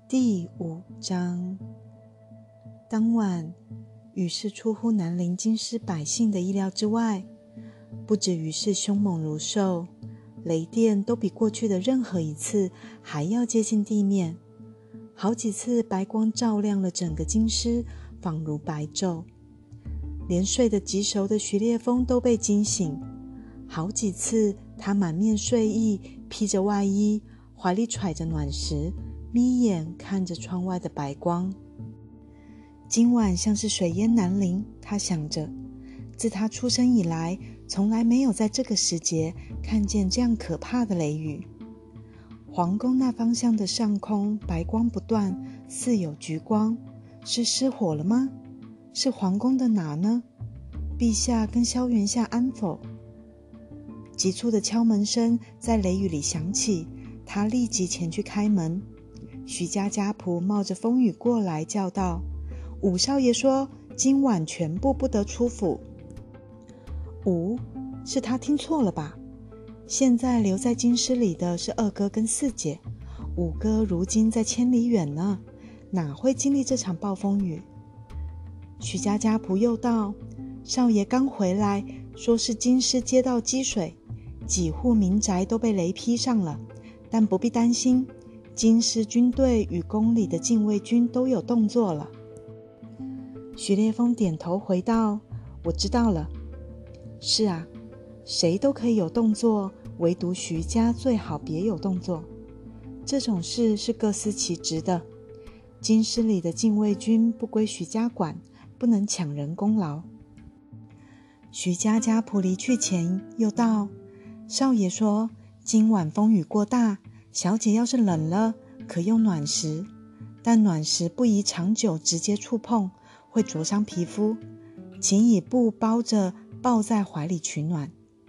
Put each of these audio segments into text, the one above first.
第5章。当晚，雨势出乎南陵京师百姓的意料之外，不止雨势凶猛如兽，雷电都比过去的任何一次还要接近地面。好几次白光照亮了整个京师，仿如白昼。连睡得极熟的徐烈风都被惊醒，好几次他满面睡意，披着外衣，怀里揣着暖食，眯眼看着窗外的白光。今晚像是水淹南陵，他想着，自他出生以来，从来没有在这个时节看见这样可怕的雷雨。皇宫那方向的上空白光不断，似有橘光，是失火了吗？是皇宫的哪呢？陛下跟萧元下安否？急促的敲门声在雷雨里响起，他立即前去开门。徐家家仆冒着风雨过来，叫道：五少爷说今晚全部不得出府。是他听错了吧？现在留在京师里的是二哥跟四姐，五哥如今在千里远呢，哪会经历这场暴风雨？徐家家仆又道：少爷刚回来，说是京师街道积水，几户民宅都被雷劈上了，但不必担心，京师军队与宫里的禁卫军都有动作了。徐烈风点头回道：我知道了。是啊，谁都可以有动作，唯独徐家最好别有动作。这种事是各司其职的，京师里的禁卫军不归徐家管，不能抢人功劳。徐家家仆离去前又道：少爷说今晚风雨过大，小姐要是冷了，可用暖食，但暖食不宜长久直接触碰，会灼伤皮肤，请以布包着，抱在怀里取暖。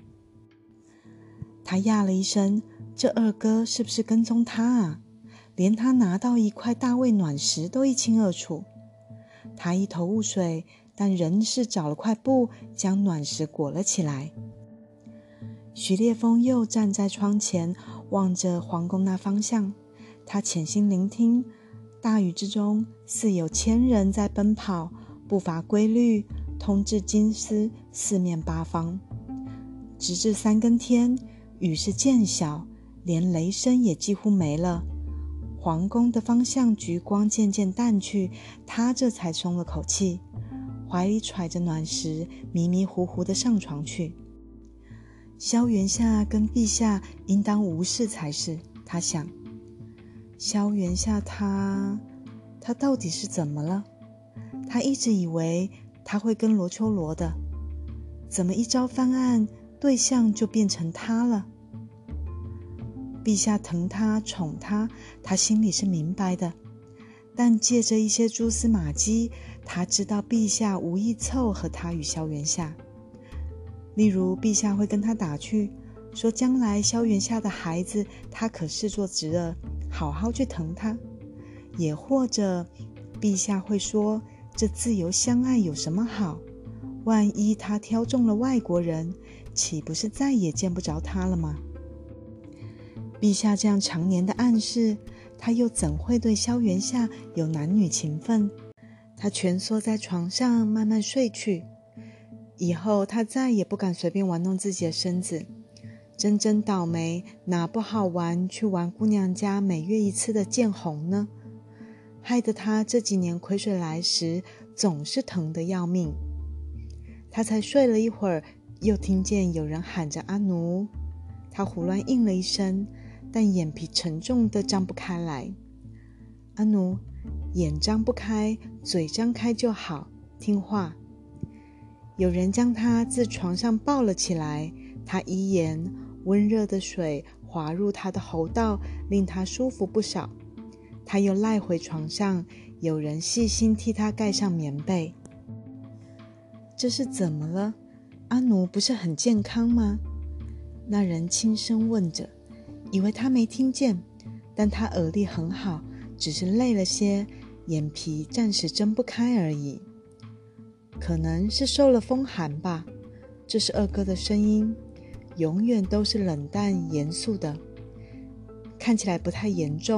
他讶了一声，这二哥是不是跟踪他啊？连他拿到一块大胃暖食都一清二楚。他一头雾水，但仍是找了块布将暖食裹了起来。徐烈风又站在窗前，望着皇宫那方向，他潜心聆听，大雨之中似有千人在奔跑，步伐规律，通至京师四面八方。直至3更天，雨势渐小，连雷声也几乎没了。皇宫的方向橘光渐渐淡去，他这才松了口气，怀里揣着暖食，迷迷糊糊地上床去。萧元下跟陛下应当无事才是，他想。萧元下他到底是怎么了？他一直以为他会跟罗秋罗的，怎么一朝翻案，对象就变成他了？陛下疼他宠他，他心里是明白的，但借着一些蛛丝马迹，他知道陛下无意凑合他与萧元下。例如陛下会跟他打趣，说将来萧元下的孩子他可视作侄儿，好好去疼他。也或者陛下会说，这自由相爱有什么好？万一他挑中了外国人，岂不是再也见不着他了吗？陛下这样常年的暗示，他又怎会对萧元下有男女情分？他蜷缩在床上慢慢睡去。以后他再也不敢随便玩弄自己的身子。真倒霉，哪不好玩去玩姑娘家每月一次的见红呢？害得他这几年癸水来时总是疼得要命。他才睡了一会儿，又听见有人喊着阿奴，他胡乱应了一声，但眼皮沉重地张不开来。阿奴，眼张不开，嘴张开就好，听话。有人将他自床上抱了起来，他依言，温热的水滑入他的喉道，令他舒服不少。他又赖回床上，有人细心替他盖上棉被。这是怎么了？阿奴不是很健康吗？那人轻声问着，以为他没听见，但他耳力很好，只是累了些，眼皮暂时睁不开而已。可能是受了风寒吧。这是二哥的声音，永远都是冷淡严肃的，看起来不太严重，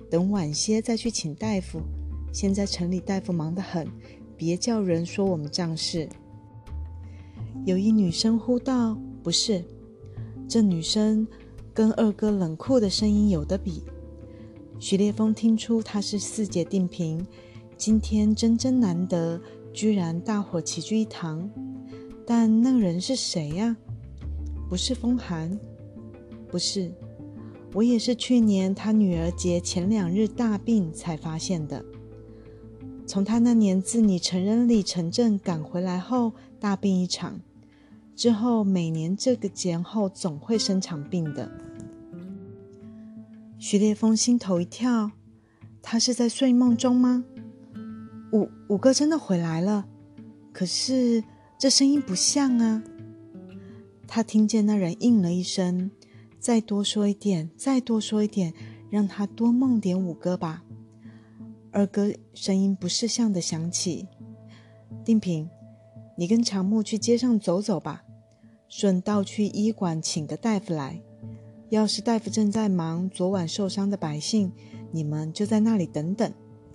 等晚些再去请大夫。现在城里大夫忙得很，别叫人说我们仗势。”有一女生呼道：“不是。”这女生跟二哥冷酷的声音有得比。徐烈风听出她是四姐定平，今天真难得，居然大伙齐聚一堂。但那个人是谁呀？不是风寒？不是，我也是去年他女儿节前2日大病才发现的。从他那年自你成人礼城镇赶回来后大病一场，之后每年这个前后总会生场病的。徐烈风心头一跳，他是在睡梦中吗？五哥真的回来了，可是这声音不像啊。他听见那人应了一声：“再多说一点，再多说一点，让他多梦点五哥吧。”二哥声音不识相的响起：“定平，你跟长木去街上走走吧，顺道去医馆请个大夫来。要是大夫正在忙昨晚受伤的百姓，你们就在那里等等。”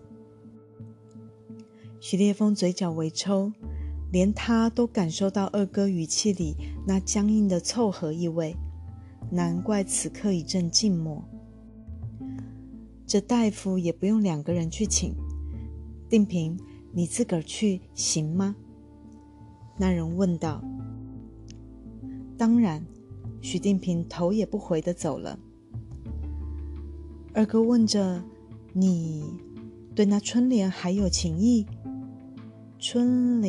徐烈风嘴角微抽，连他都感受到二哥语气里那僵硬的凑合意味，难怪此刻一阵静默。这大夫也不用2个人去请，定平，你自个儿去行吗？那人问道。当然，许定平头也不回地走了。二哥问着：“你对那春莲还有情意？”春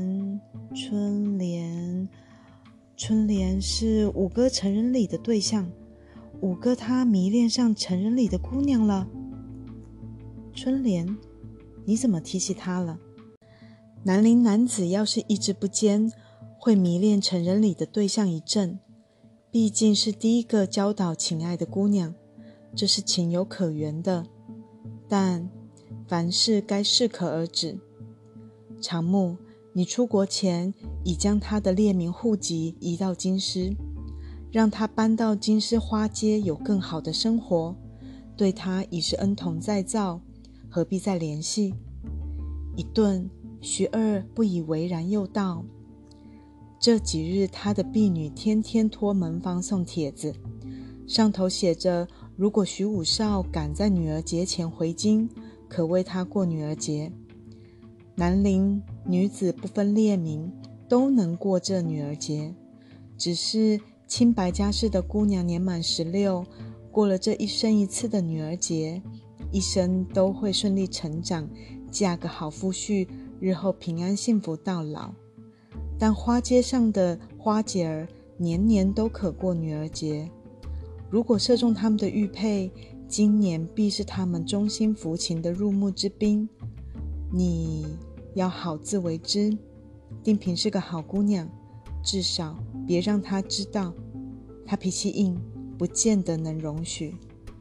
莲是五哥成人礼的对象，五哥他迷恋上成人礼的姑娘了。春莲，你怎么提起她了？南陵男子要是意志不坚，会迷恋成人礼的对象一阵，毕竟是第一个教导情爱的姑娘，这是情有可原的。但凡事该适可而止。长木，你出国前已将他的列名户籍移到京师，让他搬到京师花街有更好的生活，对他已是恩同再造，何必再联系？一顿，徐二不以为然又道：“这几日他的婢女天天托门房送帖子，上头写着，如果徐武少赶在女儿节前回京，可为他过女儿节。南陵女子不分列名，都能过这女儿节，只是清白家世的姑娘年满16，过了这一生一次的女儿节，一生都会顺利成长，嫁个好夫婿，日后平安幸福到老。但花街上的花姐儿年年都可过女儿节，如果射中他们的玉佩，今年必是他们忠心服勤的入幕之宾。你要好自为之。定平是个好姑娘，至少别让她知道。她脾气硬，不见得能容许。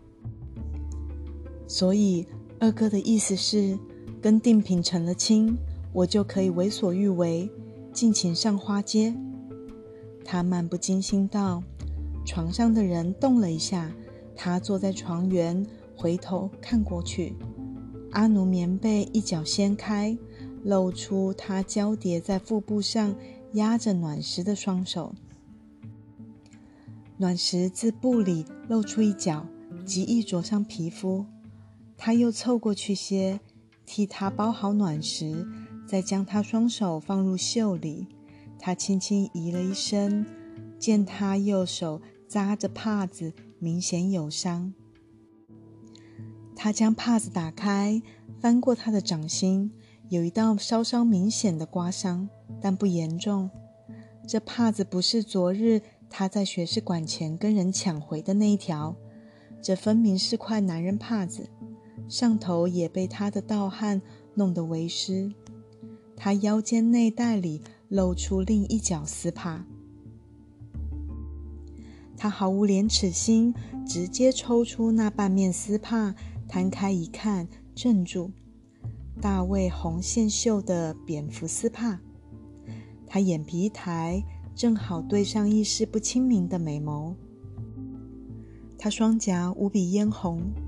所以二哥的意思是，跟定平成了亲，我就可以为所欲为，尽情上花街。他漫不经心道。床上的人动了一下，他坐在床缘，回头看过去，阿奴棉被一角掀开，露出他交叠在腹部上压着暖石的双手。暖石自布里露出一角，极易灼伤皮肤。他又凑过去些，替他包好暖石，再将他双手放入袖里。他轻轻咦了一声，见他右手扎着帕子，明显有伤。他将帕子打开，翻过他的掌心，有一道稍稍明显的刮伤，但不严重。这帕子不是昨日他在学士馆前跟人抢回的那一条，这分明是块男人帕子，上头也被他的盗汗弄得为湿。他腰间内袋里露出另一角丝帕。他毫无廉耻心，直接抽出那半面丝帕，摊开一看，怔住。大卫红线绣的蝙蝠丝帕。他眼皮一抬，正好对上意识不清明的美眸。他双颊无比嫣红，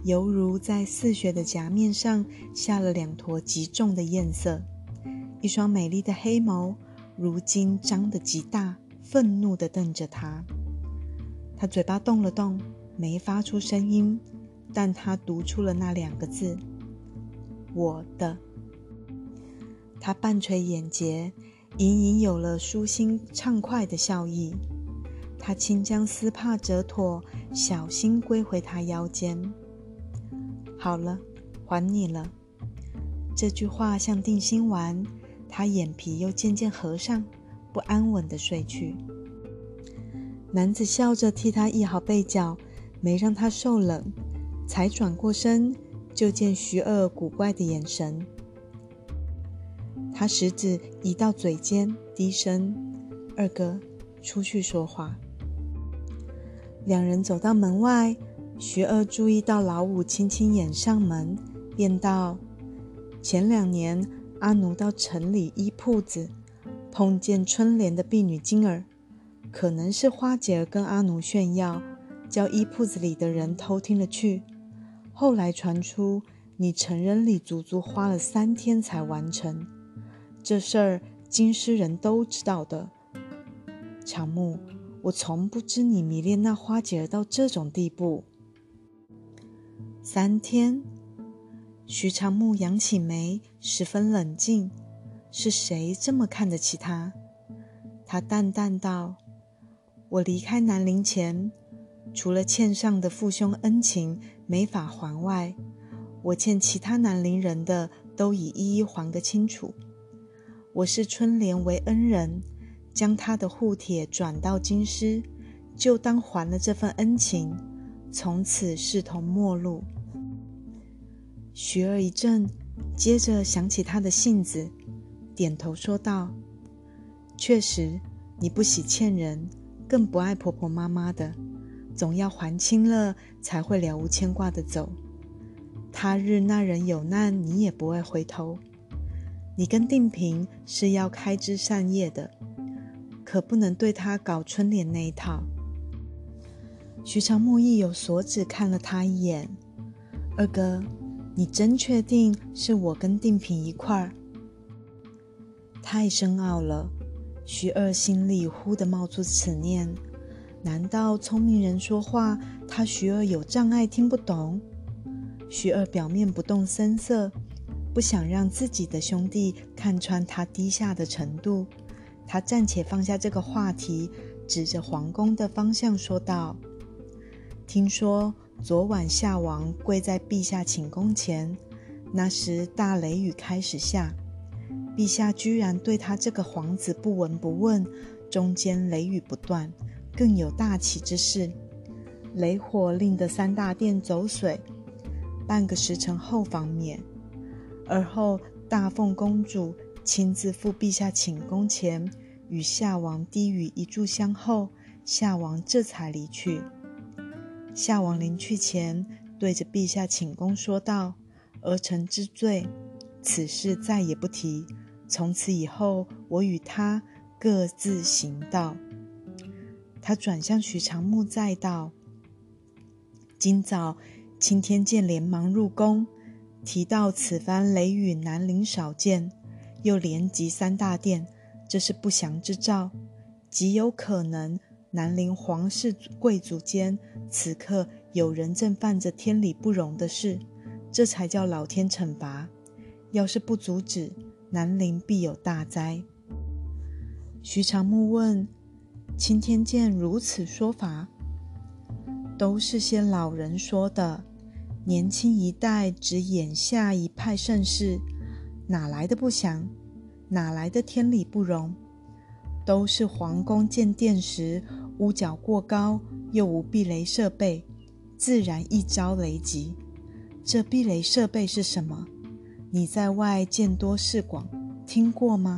犹如在似雪的颊面上下了2坨极重的艳色，一双美丽的黑眸如今张得极大，愤怒地瞪着他。他嘴巴动了动，没发出声音，但他读出了那2个字：我的。他半垂眼睫，隐隐有了舒心畅快的笑意。他轻将丝帕折妥，小心归回他腰间。好了，还你了。这句话像定心丸，他眼皮又渐渐合上，不安稳地睡去。男子笑着替他掖好被角，没让他受冷，才转过身，就见徐二古怪的眼神。他食指移到嘴尖，低声：二哥，出去说话。2人走到门外，徐二注意到老五轻轻掩上门，便道：前2年阿奴到城里衣铺子，碰见春联的婢女金儿，可能是花姐儿跟阿奴炫耀，叫衣铺子里的人偷听了去。后来传出你成人礼足足花了3天才完成，这事儿京师人都知道的。长木，我从不知你迷恋那花姐儿到这种地步。3天？徐长木扬起眉，十分冷静。是谁这么看得起他？他淡淡道：我离开南陵前，除了欠上的父兄恩情没法还外，我欠其他南陵人的都已一一还个清楚。我视春莲为恩人，将他的户帖转到京师，就当还了这份恩情，从此视同陌路。徐儿一怔，接着想起他的性子，点头说道：确实，你不喜欠人，更不爱婆婆妈妈的，总要还清了才会了无牵挂的走。他日那人有难，你也不会回头。你跟定平是要开枝散叶的，可不能对他搞春联那一套。徐长木意有所指看了他一眼：二哥，你真确定是我跟定平一块儿？太深奥了，徐二心里忽地冒出此念：难道聪明人说话，他徐二有障碍听不懂？徐二表面不动声色，不想让自己的兄弟看穿他低下的程度。他暂且放下这个话题，指着皇宫的方向说道：听说昨晚夏王跪在陛下寝宫前，那时大雷雨开始下，陛下居然对他这个皇子不闻不问，中间雷雨不断，更有大起之事，雷火令得3大殿走水，半个时辰后方灭。而后大凤公主亲自赴陛下寝宫前，与夏王低语一炷香后，夏王这才离去。夏王临去前，对着陛下寝宫说道：儿臣知罪，此事再也不提，从此以后我与他各自行道。他转向徐长木再道：今早青天剑连忙入宫，提到此番雷雨南陵少见，又连及3大殿，这是不祥之兆，极有可能南陵皇室贵族间此刻有人正犯着天理不容的事，这才叫老天惩罚。要是不阻止，南陵必有大灾。徐长木问：青天剑如此说法？都是些老人说的，年轻一代只眼下一派盛世，哪来的不祥，哪来的天理不容？都是皇宫建殿时屋角过高，又无避雷设备，自然一遭雷击。这避雷设备是什么？你在外见多识广，听过吗？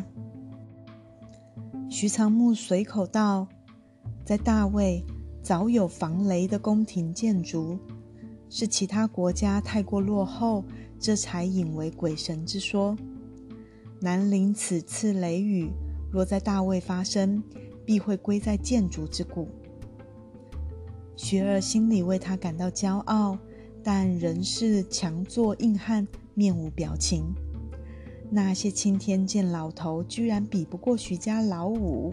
徐长木随口道：在大魏早有防雷的宫廷建筑，是其他国家太过落后，这才引为鬼神之说。南陵此次雷雨若在大魏发生，必会归在建筑之故。徐二心里为他感到骄傲， 但仍是强作硬汉，面无表情。那些青天剑老头居然比不过徐家老五。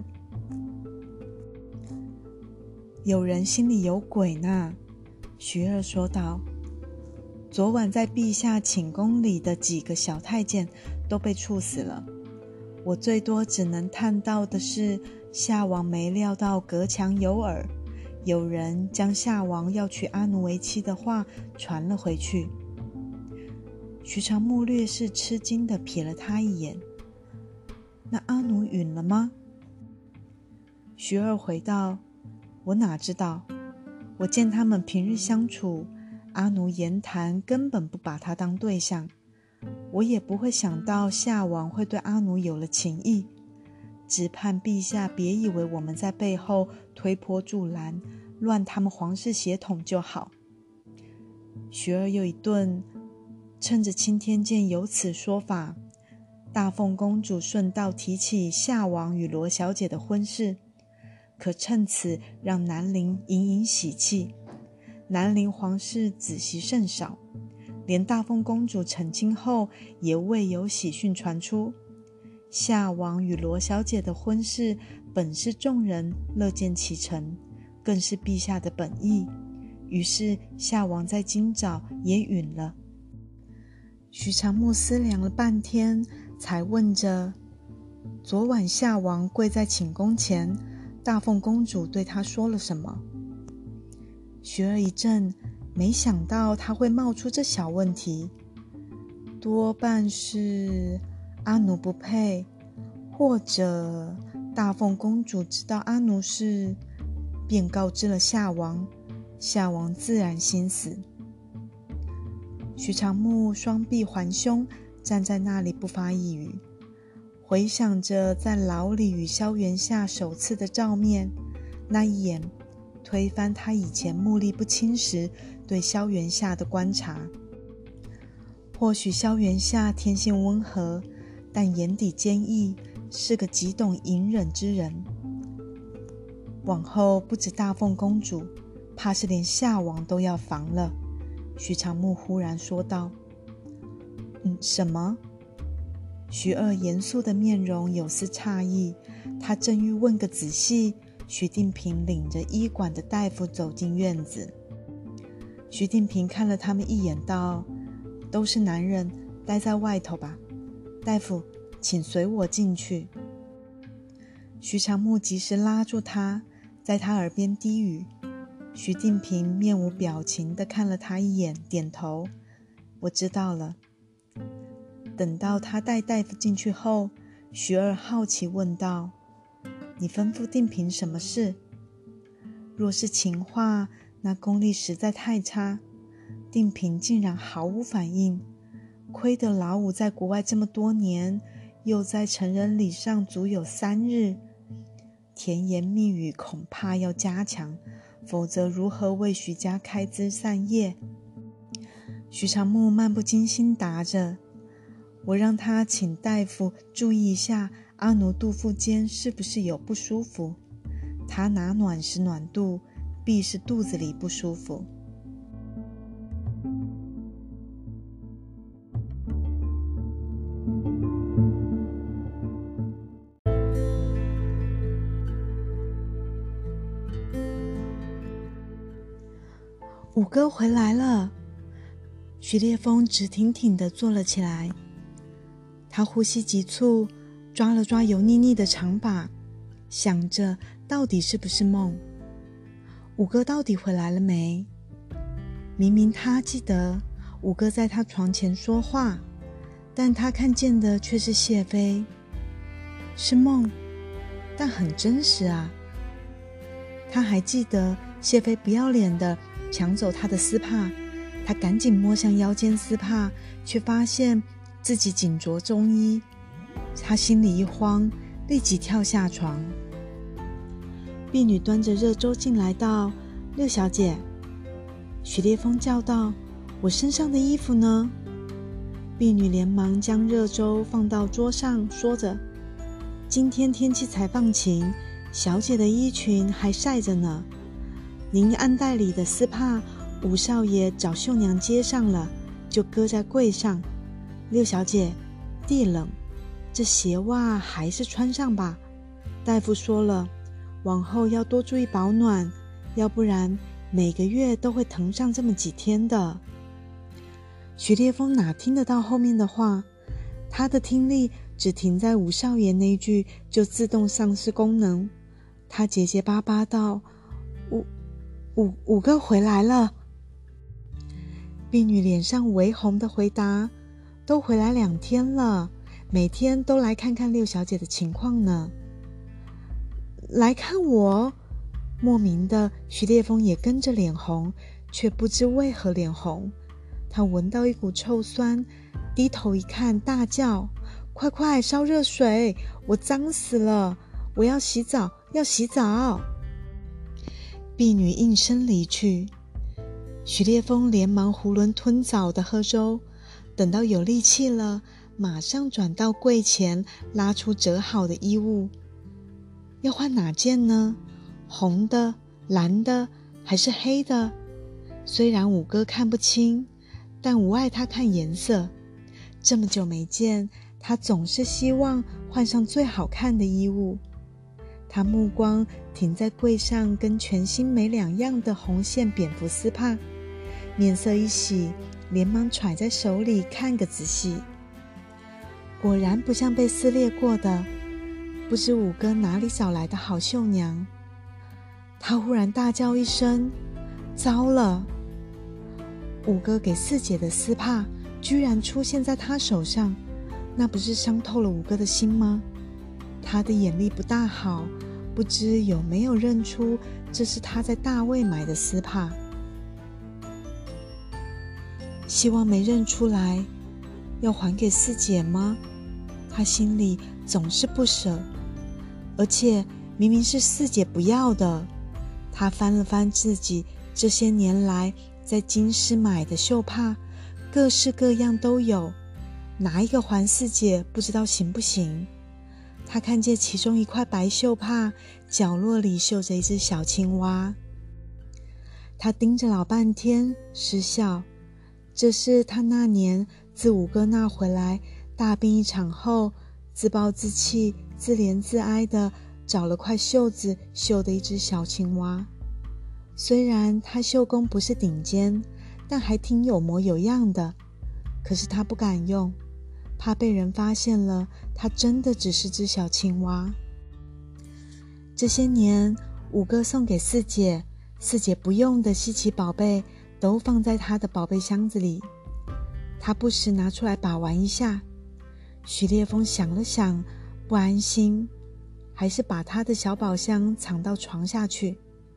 有人心里有鬼呢，徐二说道。昨晚在陛下寝宫里的几个小太监都被处死了，我最多只能探到的是夏王没料到隔墙有耳，有人将夏王要娶阿奴为妻的话传了回去。徐长木略是吃惊地瞥了他一眼。那阿奴允了吗？徐二回道，我哪知道，我见他们平日相处，阿奴言谈根本不把他当对象，我也不会想到夏王会对阿奴有了情意，只盼陛下别以为我们在背后推波助澜，乱他们皇室血统就好。徐二又一顿，趁着青天剑有此说法，大凤公主顺道提起夏王与罗小姐的婚事，可趁此让南陵隐隐喜气。南陵皇室子媳甚少，连大凤公主成亲后也未有喜讯传出。夏王与罗小姐的婚事本是众人乐见其成，更是陛下的本意，于是夏王在今早也允了。徐长木思量了半天，才问着，昨晚夏王跪在寝宫前，大凤公主对他说了什么？徐二一怔，没想到他会冒出这小问题，多半是阿奴不配，或者大凤公主知道阿奴是，便告知了夏王，夏王自然心死。徐长木双臂环胸，站在那里不发一语，回想着在牢里与萧元夏首次的照面，那一眼推翻他以前目力不清时对萧元夏的观察。或许萧元夏天性温和，但眼底坚毅，是个极懂隐忍之人。往后不止大凤公主，怕是连夏王都要防了。徐长木忽然说道。什么？徐二严肃的面容有丝诧异，他正欲问个仔细，徐定平领着医馆的大夫走进院子。徐定平看了他们一眼道，都是男人，待在外头吧。大夫，请随我进去。徐长木及时拉住他，在他耳边低语。徐定平面无表情地看了他一眼，点头，我知道了。等到他带大夫进去后，徐二好奇问道，你吩咐定平什么事？若是情话，那功力实在太差。定平竟然毫无反应，亏得老五在国外这么多年，又在成人礼上足有3日，甜言蜜语恐怕要加强，否则如何为徐家开枝散叶？徐长木漫不经心答着，我让他请大夫注意一下阿奴肚腹间是不是有不舒服，他拿暖时暖肚，必是肚子里不舒服。五哥回来了。徐烈风直挺挺地坐了起来，他呼吸急促，抓了抓油腻腻的长发，想着到底是不是梦。五哥到底回来了没？明明他记得五哥在他床前说话，但他看见的却是谢飞。是梦，但很真实啊。他还记得谢飞不要脸的抢走他的丝帕，他赶紧摸向腰间丝帕，却发现自己紧着中衣。他心里一慌，立即跳下床。婢女端着热粥进来道，六小姐。许烈风叫道，我身上的衣服呢？婢女连忙将热粥放到桌上，说着，今天天气才放晴，小姐的衣裙还晒着呢，您暗袋里的丝帕吴少爷找绣娘接上了，就搁在柜上。六小姐，地冷，这鞋袜还是穿上吧。大夫说了，往后要多注意保暖，要不然每个月都会疼上这么几天的。徐烈风哪听得到后面的话，他的听力只停在吴少爷那句就自动丧失功能。他结结巴巴道：五哥回来了。婢女脸上微红的回答：都回来2天了，每天都来看看六小姐的情况呢。来看我？莫名的，徐烈风也跟着脸红，却不知为何脸红。他闻到一股臭酸，低头一看，大叫：快快烧热水，我脏死了，我要洗澡，要洗澡。婢女应声离去。徐烈风连忙囫囵吞枣的喝粥，等到有力气了，马上转到柜前，拉出折好的衣物。要换哪件呢？红的、蓝的还是黑的？虽然五哥看不清，但无碍他看颜色。这么久没见，他总是希望换上最好看的衣物。他目光停在柜上跟全新没两样的红线蝙蝠丝帕，面色一喜，连忙揣在手里看个仔细。果然不像被撕裂过的，不知五哥哪里找来的好绣娘。他忽然大叫一声：糟了！五哥给四姐的丝帕居然出现在他手上，那不是伤透了五哥的心吗？他的眼力不大好，不知有没有认出这是他在大卫买的丝帕。希望没认出来。要还给四姐吗？他心里总是不舍，而且明明是四姐不要的。他翻了翻自己这些年来在京师买的绣帕，各式各样都有，拿一个还四姐不知道行不行。他看见其中一块白绣帕，角落里绣着一只小青蛙。他盯着老半天，失笑。这是他那年自五哥那回来，大病一场后，自暴自弃、自怜自哀的找了块袖子绣的一只小青蛙。虽然他绣工不是顶尖，但还挺有模有样的。可是他不敢用，怕被人发现了，他真的只是只小青蛙。这些年，五哥送给四姐，四姐不用的稀奇宝贝，都放在他的宝贝箱子里。他不时拿出来把玩一下。徐烈风想了想，不安心，还是把他的小宝箱藏到床下去。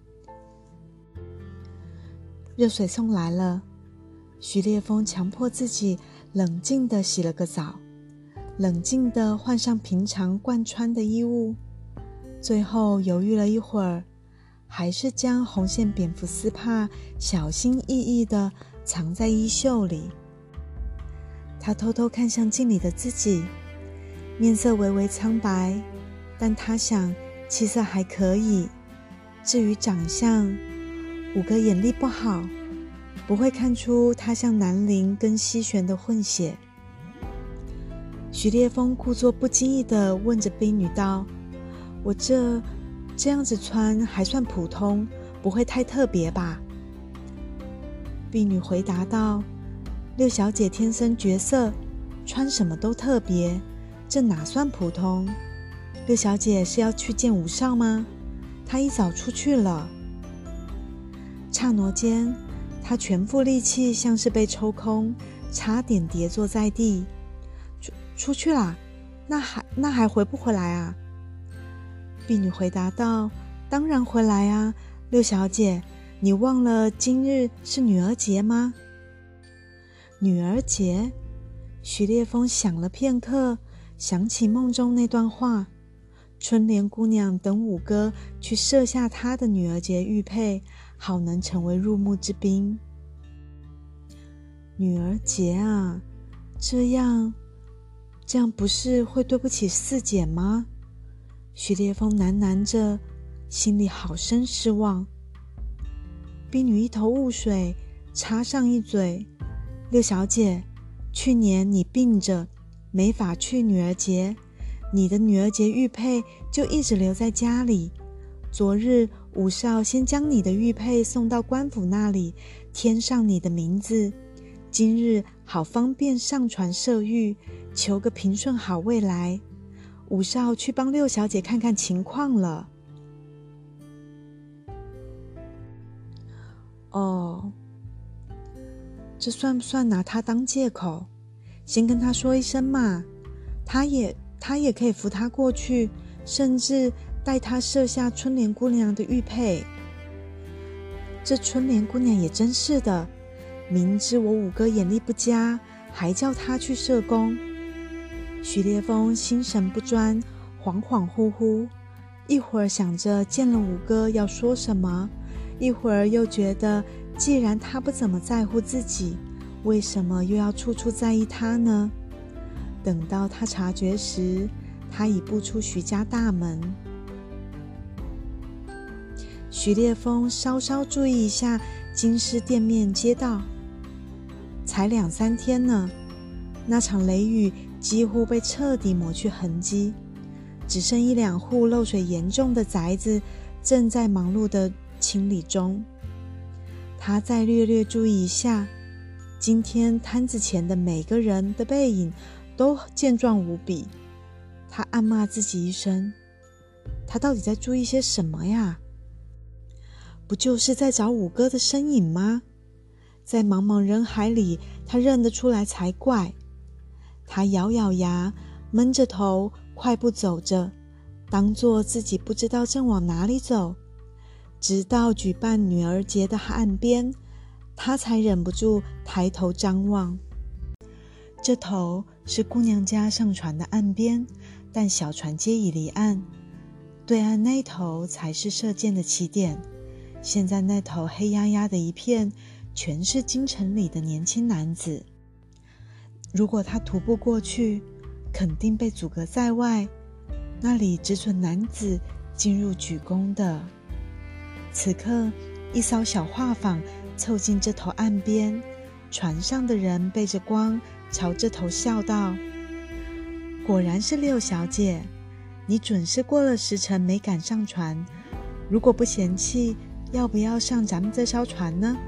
热水送来了，徐烈风强迫自己冷静地洗了个澡，冷静地换上平常惯穿的衣物，最后犹豫了一会儿，还是将红线蝙蝠丝帕小心翼翼地藏在衣袖里。他偷偷看向镜里的自己，面色微微苍白，但他想气色还可以。至于长相，五哥眼力不好，不会看出他像南陵跟西玄的混血。徐烈风故作不经意地问着婢女道：我这样子穿还算普通，不会太特别吧？婢女回答道：六小姐天生绝色，穿什么都特别，这哪算普通？六小姐是要去见吴少吗？她一早出去了。刹那间，她全副力气像是被抽空，差点跌坐在地。出去啦？那还回不回来啊？婢女回答道：当然回来啊，六小姐，你忘了今日是女儿节吗？女儿节？徐烈风想了片刻，想起梦中那段话，春莲姑娘等五哥去设下她的女儿节玉佩，好能成为入幕之宾。女儿节啊，这样不是会对不起四姐吗？徐烈风喃喃着，心里好生失望。婢女一头雾水， 插上一嘴：“六小姐，去年你病着，没法去女儿节，你的女儿节玉佩就一直留在家里。昨日武少先将你的玉佩送到官府那里，添上你的名字。今日好方便上船射玉，求个平顺好未来。武少去帮六小姐看看情况了。”哦，这算不算拿他当借口？先跟他说一声嘛，他也可以扶他过去，甚至带他射下春莲姑娘的玉佩。这春莲姑娘也真是的，明知我五哥眼力不佳，还叫他去射弓。徐烈风心神不专，恍恍惚惚，一会儿想着见了五哥要说什么，一会儿又觉得既然他不怎么在乎自己，为什么又要处处在意他呢？等到他察觉时，他已步出徐家大门。徐烈风稍稍注意一下京师店面街道，才2-3天呢，那场雷雨几乎被彻底抹去痕迹，只剩1-2户漏水严重的宅子正在忙碌的清理中。他再略略注意一下，今天摊子前的每个人的背影都健壮无比。他暗骂自己一声，他到底在注意些什么呀？不就是在找五哥的身影吗？在茫茫人海里，他认得出来才怪。他咬咬牙，闷着头快步走着，当作自己不知道正往哪里走。直到举办女儿节的岸边，他才忍不住抬头张望。这头是姑娘家上船的岸边，但小船皆已离岸，对岸那头才是射箭的起点。现在那头黑压压的一片，全是京城里的年轻男子。如果他徒步过去，肯定被阻隔在外，那里只准男子进入举弓的。此刻，一艘小画舫凑近这头岸边，船上的人背着光朝这头笑道：“果然是六小姐，你准是过了时辰没赶上船，如果不嫌弃，要不要上咱们这艘船呢？”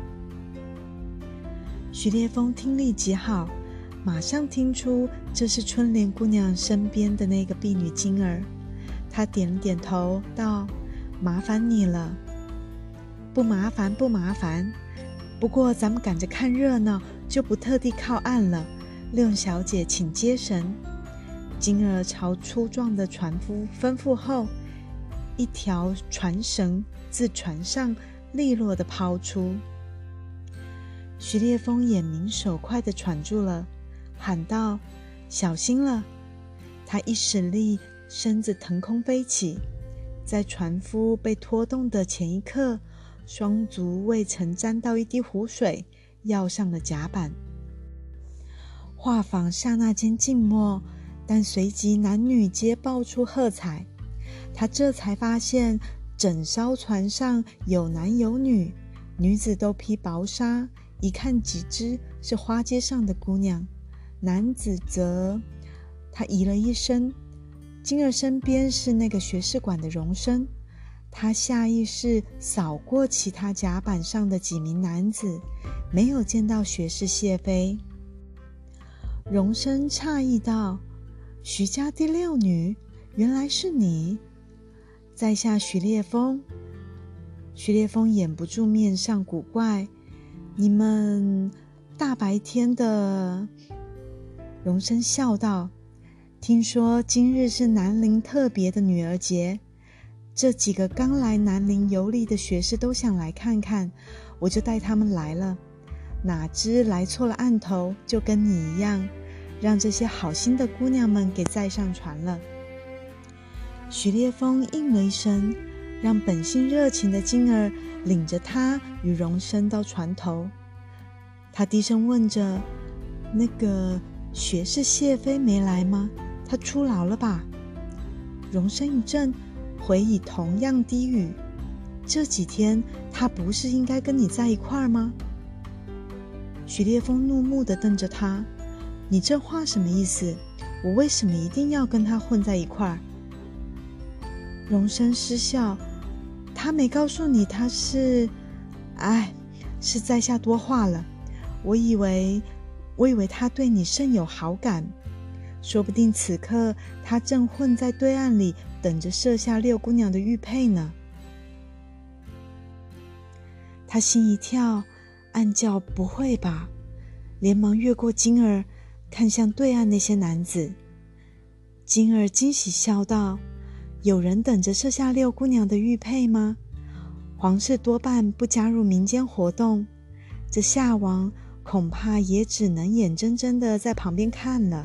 徐烈风听力极好，马上听出这是春莲姑娘身边的那个婢女晶儿。他点了点头道：“麻烦你了。”“不麻烦不麻烦，不过咱们赶着看热闹，就不特地靠岸了。六小姐请接神。”晶儿朝粗壮的船夫吩咐后，一条船绳自船上利落地抛出。徐烈风眼明手快地喘住了，喊道：“小心了！”他一使力，身子腾空飞起，在船夫被拖动的前一刻，双足未曾沾到一滴湖水，跃上了甲板。画舫刹那间静默，但随即男女皆爆出喝彩。他这才发现整艘船上有男有女，女子都披薄纱，一看几只是花街上的姑娘，男子则……他咦了一声，晶儿身边是那个学士馆的荣生。他下意识扫过其他甲板上的几名男子，没有见到学士谢飞。荣生诧异道：“徐家第6女，原来是你。”在下徐烈风。徐烈风掩不住面上古怪：“你们大白天的？”荣生笑道：“听说今日是南陵特别的女儿节，这几个刚来南陵游历的学士都想来看看，我就带他们来了。哪知来错了岸头，就跟你一样，让这些好心的姑娘们给载上船了。”徐烈风应了一声，让本性热情的晶儿领着他与荣生到船头。他低声问着：“那个学士谢飞没来吗？他出牢了吧？”荣生一怔，回以同样低语：“这几天他不是应该跟你在一块儿吗？” 许烈风怒目地瞪着他：“你这话什么意思？我为什么一定要跟他混在一块儿？”荣生失笑：“他没告诉你他是……是在下多话了。我以为他对你甚有好感，说不定此刻他正混在对岸里，等着射下六姑娘的玉佩呢。”他心一跳，暗叫不会吧，连忙越过金儿，看向对岸那些男子。金儿惊喜笑道：“有人等着射下六姑娘的玉佩吗？皇室多半不加入民间活动，这夏王恐怕也只能眼睁睁地在旁边看了。”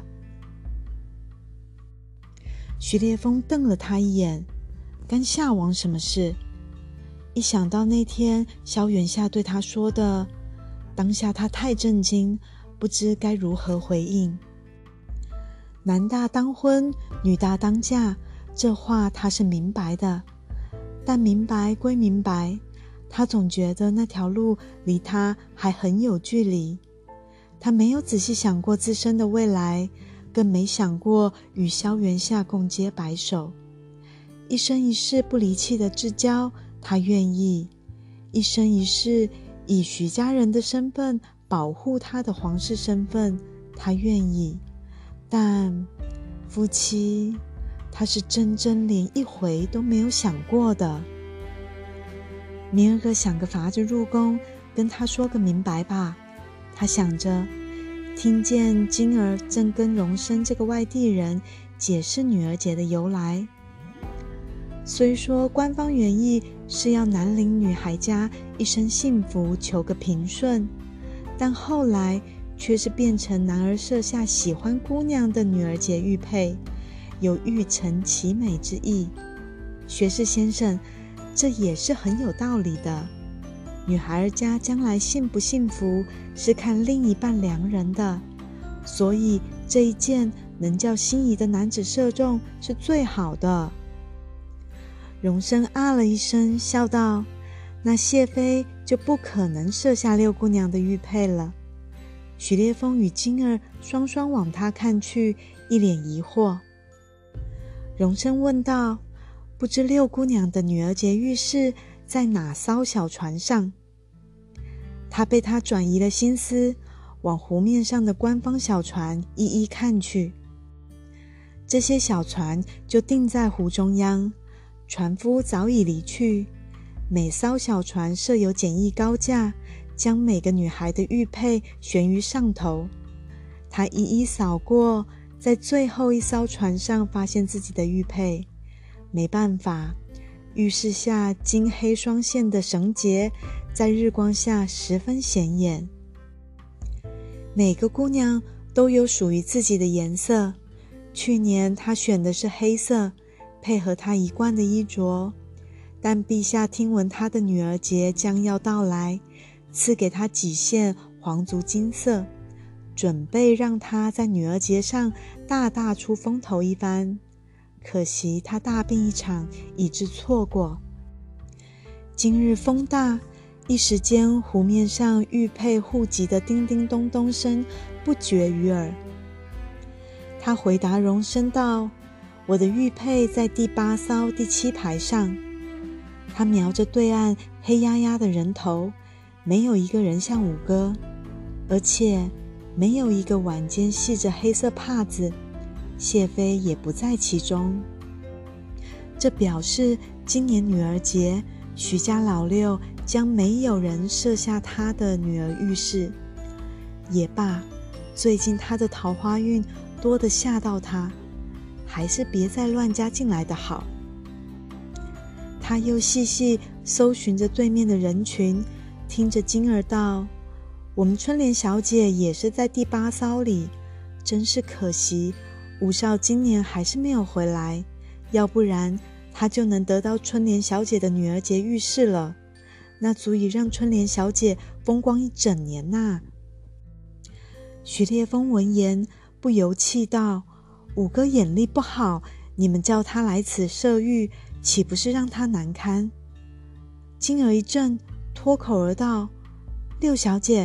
徐烈风瞪了他一眼：“干夏王什么事？”一想到那天萧元夏对他说的，当下他太震惊，不知该如何回应。男大当婚，女大当嫁，这话他是明白的，但明白归明白，他总觉得那条路离他还很有距离。他没有仔细想过自身的未来，更没想过与萧元夏共结白首。一生一世不离弃的至交，他愿意；一生一世以徐家人的身份保护他的皇室身份，他愿意。但夫妻，他是真正连一回都没有想过的。明儿个想个法子入宫，跟他说个明白吧。他想着，听见金儿正跟荣生这个外地人解释女儿节的由来。虽说官方原意是要南陵女孩家一生幸福，求个平顺，但后来却是变成男儿设下喜欢姑娘的女儿节玉佩，有欲成其美之意。学士先生，这也是很有道理的。女孩家将来幸不幸福，是看另一半良人的，所以这一件能叫心仪的男子射中是最好的。荣生啊了一声，笑道：“那谢妃就不可能射下六姑娘的玉佩了。”许烈风与金儿双双往他看去，一脸疑惑。荣生问道：“不知六姑娘的女儿节玉饰在哪艘小船上？”他被他转移了心思，往湖面上的官方小船一一看去。这些小船就定在湖中央，船夫早已离去，每艘小船设有简易高架，将每个女孩的玉佩悬于上头。他一一扫过，在最后一艘船上发现自己的玉佩。没办法，玉饰下金黑双线的绳结在日光下十分显眼。每个姑娘都有属于自己的颜色，去年她选的是黑色，配合她一贯的衣着，但陛下听闻她的女儿节将要到来，赐给她几线黄足金色，准备让她在女儿节上大大出风头一番。可惜她大病一场，以致错过。今日风大，一时间湖面上玉佩互击的叮叮咚咚声不绝于耳。他回答荣生道：“我的玉佩在第8艘第7排上。”他瞄着对岸黑压压的人头，没有一个人像五哥，而且没有一个挽肩系着黑色帕子，谢妃也不在其中。这表示今年女儿节，徐家老六将没有人设下他的女儿玉饰。也罢，最近他的桃花运多得吓到他，还是别再乱加进来的好。他又细细搜寻着对面的人群，听着金儿道：“我们春莲小姐也是在第8艘里，真是可惜，吴少今年还是没有回来，要不然他就能得到春莲小姐的女儿节玉饰了，那足以让春莲小姐风光一整年呐。”徐烈风闻言不由气道：“五哥眼力不好，你们叫他来此射玉，岂不是让他难堪？”金儿一怔，脱口而道：“六小姐，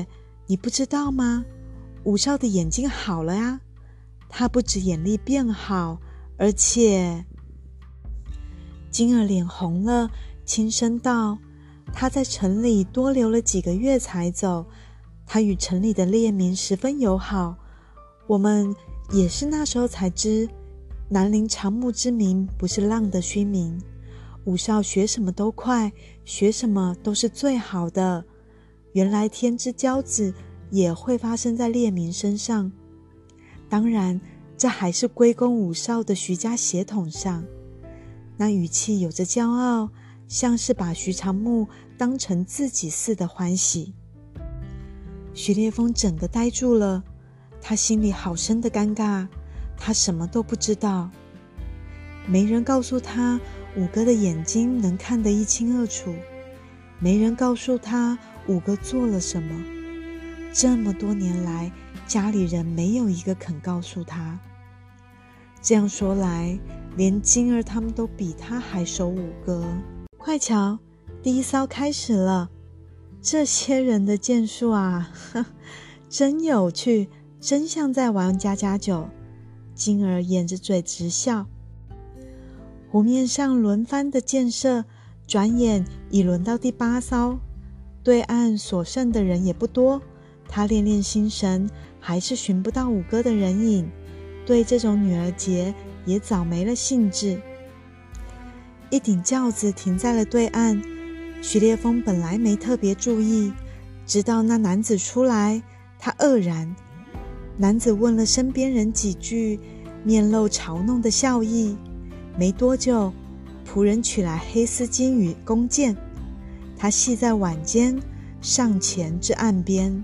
你不知道吗？武少的眼睛好了啊，他不止眼力变好，而且……金儿脸红了，轻声道：他在城里多留了几个月才走，他与城里的列民十分友好，我们也是那时候才知，南陵长木之名不是浪得虚名。武少学什么都快，学什么都是最好的。原来天之骄子也会发生在列民身上，当然这还是归功武少的徐家血统上。那语气有着骄傲，像是把徐长木当成自己似的欢喜。徐烈风整个呆住了，他心里好深的尴尬，他什么都不知道。没人告诉他五哥的眼睛能看得一清二楚，没人告诉他五哥做了什么。这么多年来，家里人没有一个肯告诉他。这样说来，连金儿他们都比他还熟五哥。快瞧，第一骚开始了。这些人的剑术啊，真有趣，真像在玩家家酒。金儿掩着嘴直笑。湖面上轮番的箭射，转眼已轮到第8骚。对岸所剩的人也不多，他练练心神，还是寻不到五哥的人影，对这种女儿节也早没了兴致。一顶轿子停在了对岸，徐烈风本来没特别注意，直到那男子出来，他愕然。男子问了身边人几句，面露嘲弄的笑意。没多久，仆人取来黑丝巾与弓箭，他系在腕间，上前至岸边。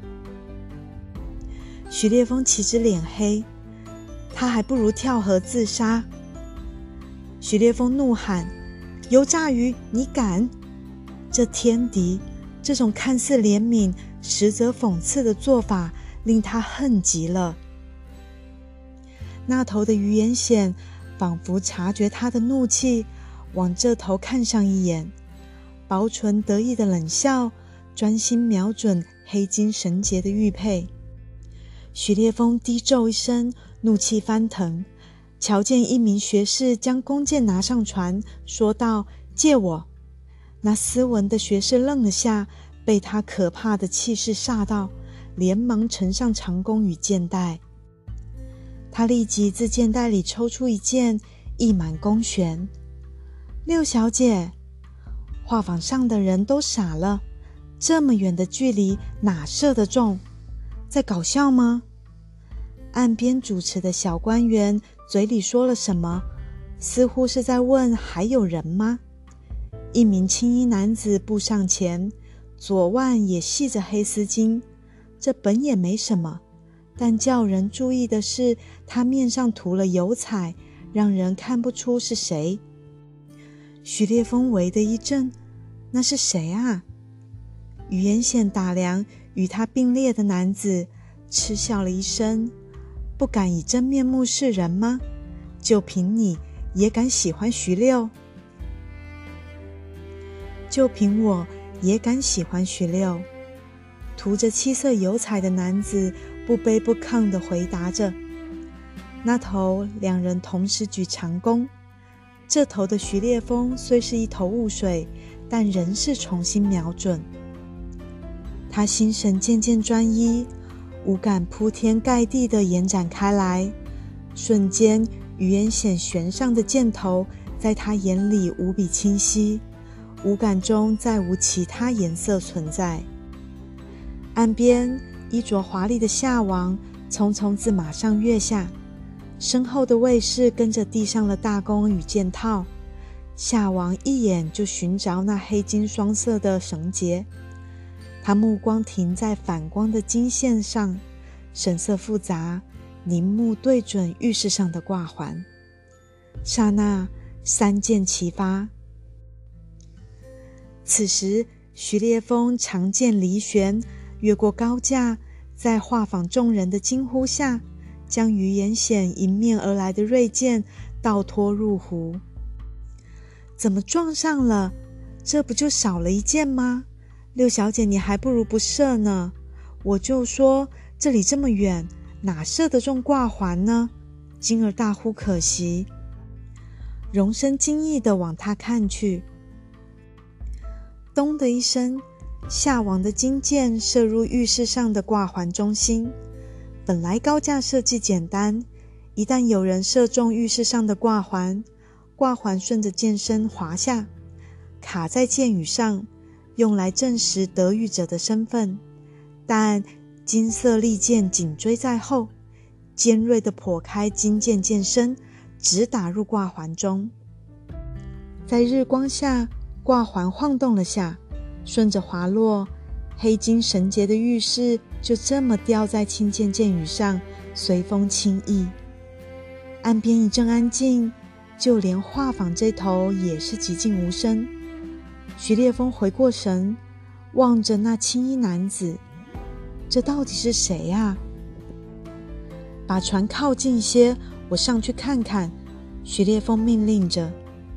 徐烈风岂止脸黑，他还不如跳河自杀。徐烈风怒喊：油炸鱼，你敢！这天敌，这种看似怜悯实则讽刺的做法令他恨极了。那头的于延显仿佛察觉他的怒气，往这头看上一眼，薄唇得意的冷笑，专心瞄准黑金绳结的玉佩。徐烈风低咒一声，怒气翻腾，瞧见一名学士将弓箭拿上船，说道：借我。那斯文的学士愣了下，被他可怕的气势煞到，连忙呈上长弓与箭袋。他立即自箭袋里抽出一件，溢满弓弦。六小姐，画舫上的人都傻了，这么远的距离哪射得中？在搞笑吗？岸边主持的小官员嘴里说了什么，似乎是在问还有人吗？一名青衣男子步上前，左腕也系着黑丝巾，这本也没什么，但叫人注意的是他面上涂了油彩，让人看不出是谁。徐烈风围的一震，那是谁啊？于延显打量与他并列的男子，嗤笑了一声：不敢以真面目示人吗？就凭你也敢喜欢徐六？就凭我也敢喜欢徐六？涂着七色油彩的男子不卑不亢地回答着。那头两人同时举长弓，这头的徐烈风虽是一头雾水，但仍是重新瞄准。他心神渐渐专一，五感铺天盖地地延展开来，瞬间于延显悬上的箭头在他眼里无比清晰，五感中再无其他颜色存在。岸边衣着华丽的夏王匆匆自马上跃下，身后的卫士跟着递上了大弓与箭套。夏王一眼就寻着那黑金双色的绳结，他目光停在反光的金线上，神色复杂，凝目对准玉饰上的挂环。刹那，三箭齐发。此时徐烈风长剑离弦，越过高架，在画舫众人的惊呼下，将于延显迎面而来的锐箭倒拖入湖。怎么撞上了？这不就少了一箭吗？六小姐，你还不如不射呢。 我就说这里这么远，哪射得中挂环呢？金儿大呼可惜。荣生惊异地往他看去，咚的一声，夏王的金箭射入玉饰上的挂环中心。本来高架设计简单，一旦有人射中玉饰上的挂环，挂环顺着箭身滑下，卡在箭羽上，用来证实得玉者的身份。但金色利箭紧追在后，尖锐地破开金箭箭身，直打入挂环中。在日光下，挂环晃动了下，顺着滑落，黑金绳结的玉饰就这么吊在青箭箭羽上，随风轻逸。岸边一阵安静，就连画舫这头也是寂静无声。徐烈风回过神，望着那青衣男子，这到底是谁啊？把船靠近些，我上去看看。徐烈风命令着。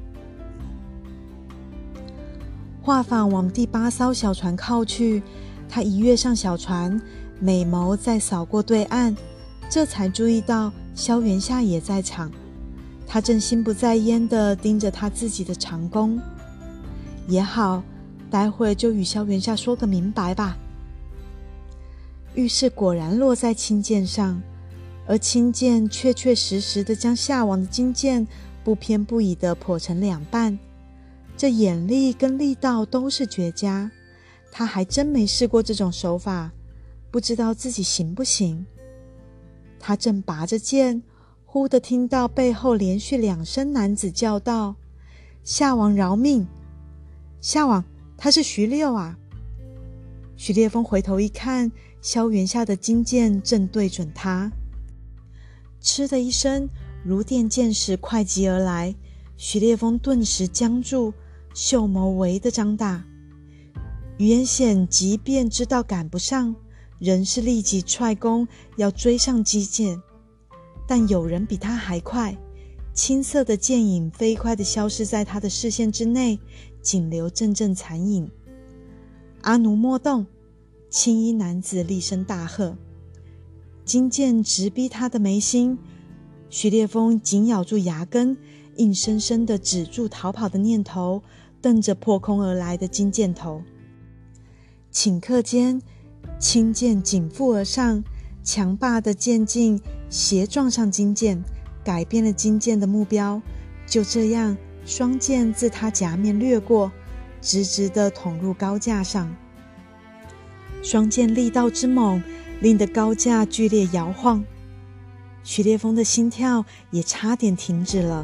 画舫往第8艘小船靠去，他一跃上小船，美眸再扫过对岸，这才注意到萧元夏也在场。他正心不在焉地盯着他自己的长弓。也好，待会就与萧元夏说个明白吧。玉饰果然落在青箭上，而青箭确确实实地将夏王的金箭不偏不倚地剖成2半。这眼力跟力道都是绝佳，他还真没试过这种手法，不知道自己行不行。他正拔着剑，忽地听到背后连续2声男子叫道：“夏王饶命！夏王，他是徐六啊！”徐烈风回头一看，萧元夏的金箭正对准他。嗤的一声，如电箭矢快击而来，徐烈风顿时僵住，秀眸微的张大。于延显即便知道赶不上，仍是立即踹弓要追上击剑，但有人比他还快，青色的剑影飞快地消失在他的视线之内，仅留阵阵残影。阿奴莫动！青衣男子厉声大喝。金箭直逼他的眉心，徐烈风紧咬住牙根，硬生生地止住逃跑的念头，瞪着破空而来的金箭头。顷刻间，青箭紧附而上，强霸的箭劲斜撞上金箭，改变了金箭的目标。就这样，双箭自他颊面掠过，直直地捅入高架上。双箭力道之猛，令得高架剧烈摇晃，徐烈风的心跳也差点停止了。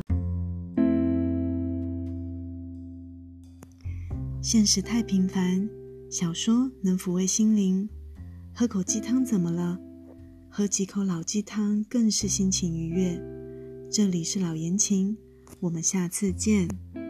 现实太平凡，小说能抚慰心灵。喝口鸡汤怎么了？喝几口老鸡汤更是心情愉悦。这里是老言情，我们下次见。